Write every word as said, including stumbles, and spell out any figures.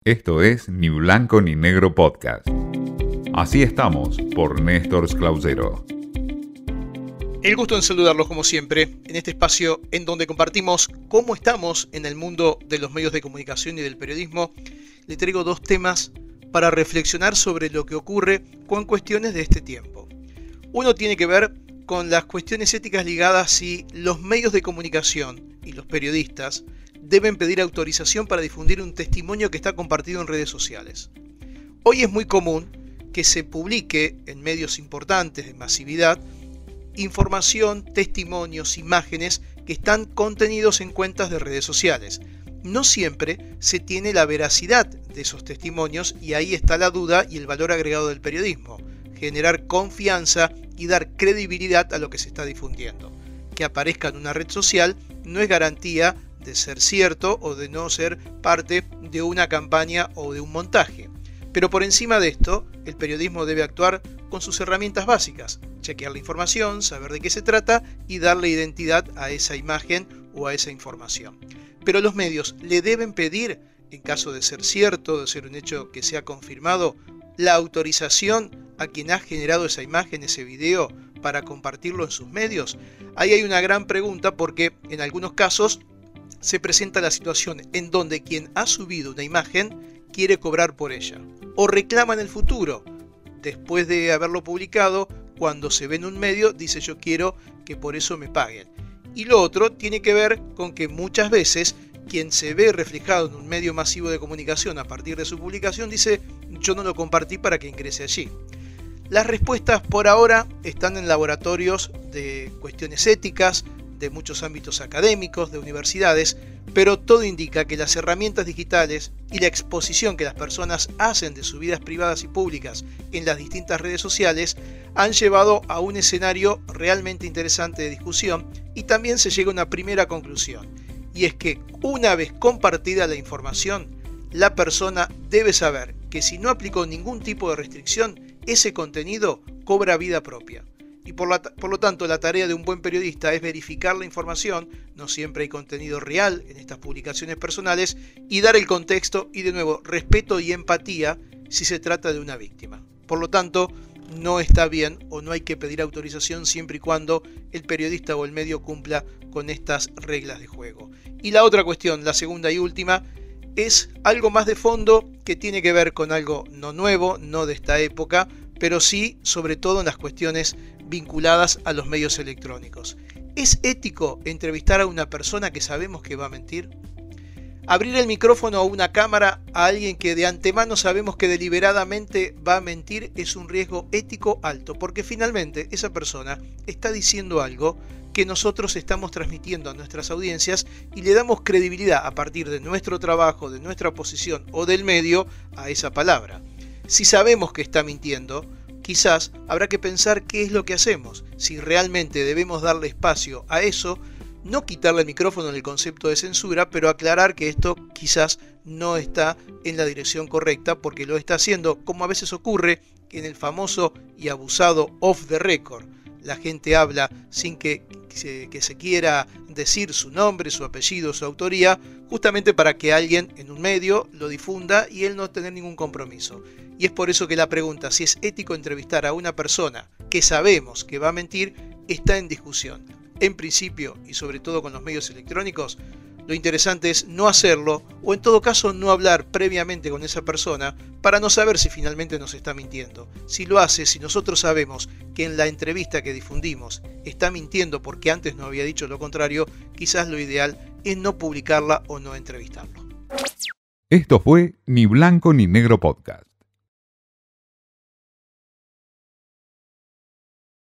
Esto es Ni Blanco ni Negro Podcast. Así estamos, por Néstor Clausero. El gusto en saludarlos como siempre, en este espacio en donde compartimos cómo estamos en el mundo de los medios de comunicación y del periodismo. Le traigo dos temas para reflexionar sobre lo que ocurre con cuestiones de este tiempo. Uno tiene que ver con las cuestiones éticas ligadas si los medios de comunicación y los periodistas deben pedir autorización para difundir un testimonio que está compartido en redes sociales. Hoy es muy común que se publique en medios importantes de masividad información, testimonios, imágenes que están contenidos en cuentas de redes sociales. No siempre se tiene la veracidad de esos testimonios y ahí está la duda y el valor agregado del periodismo, generar confianza y dar credibilidad a lo que se está difundiendo. Que aparezca en una red social no es garantía de ser cierto o de no ser parte de una campaña o de un montaje. Pero por encima de esto, el periodismo debe actuar con sus herramientas básicas, chequear la información, saber de qué se trata y darle identidad a esa imagen o a esa información. Pero los medios le deben pedir, en caso de ser cierto, de ser un hecho que sea confirmado, la autorización a quien ha generado esa imagen, ese video, para compartirlo en sus medios. Ahí hay una gran pregunta porque en algunos casos se presenta la situación en donde quien ha subido una imagen quiere cobrar por ella o reclama en el futuro, después de haberlo publicado, cuando se ve en un medio, dice yo quiero que por eso me paguen. Y lo otro tiene que ver con que muchas veces quien se ve reflejado en un medio masivo de comunicación a partir de su publicación dice yo no lo compartí para que ingrese allí. Las respuestas por ahora están en laboratorios de cuestiones éticas, de muchos ámbitos académicos, de universidades, pero todo indica que las herramientas digitales y la exposición que las personas hacen de sus vidas privadas y públicas en las distintas redes sociales han llevado a un escenario realmente interesante de discusión y también se llega a una primera conclusión, y es que una vez compartida la información, la persona debe saber que si no aplicó ningún tipo de restricción, ese contenido cobra vida propia. Y por, la, por lo tanto la tarea de un buen periodista es verificar la información, no siempre hay contenido real en estas publicaciones personales, y dar el contexto y de nuevo respeto y empatía si se trata de una víctima. Por lo tanto, no está bien o no hay que pedir autorización siempre y cuando el periodista o el medio cumpla con estas reglas de juego. Y la otra cuestión, la segunda y última, es algo más de fondo que tiene que ver con algo no nuevo, no de esta época, pero sí sobre todo en las cuestiones vinculadas a los medios electrónicos. ¿Es ético entrevistar a una persona que sabemos que va a mentir? Abrir el micrófono o una cámara a alguien que de antemano sabemos que deliberadamente va a mentir es un riesgo ético alto, porque finalmente esa persona está diciendo algo que nosotros estamos transmitiendo a nuestras audiencias y le damos credibilidad a partir de nuestro trabajo, de nuestra posición o del medio a esa palabra. Si sabemos que está mintiendo, quizás habrá que pensar qué es lo que hacemos, si realmente debemos darle espacio a eso, no quitarle el micrófono en el concepto de censura, pero aclarar que esto quizás no está en la dirección correcta porque lo está haciendo, como a veces ocurre en el famoso y abusado off the record. La gente habla sin que, que, que se quiera decir su nombre, su apellido, su autoría, justamente para que alguien en un medio lo difunda y él no tener ningún compromiso. Y es por eso que la pregunta si es ético entrevistar a una persona que sabemos que va a mentir está en discusión. En principio, y sobre todo con los medios electrónicos, lo interesante es no hacerlo o en todo caso no hablar previamente con esa persona para no saber si finalmente nos está mintiendo. Si lo hace, si nosotros sabemos que en la entrevista que difundimos está mintiendo porque antes no había dicho lo contrario, quizás lo ideal es no publicarla o no entrevistarlo. Esto fue Ni Blanco ni Negro Podcast.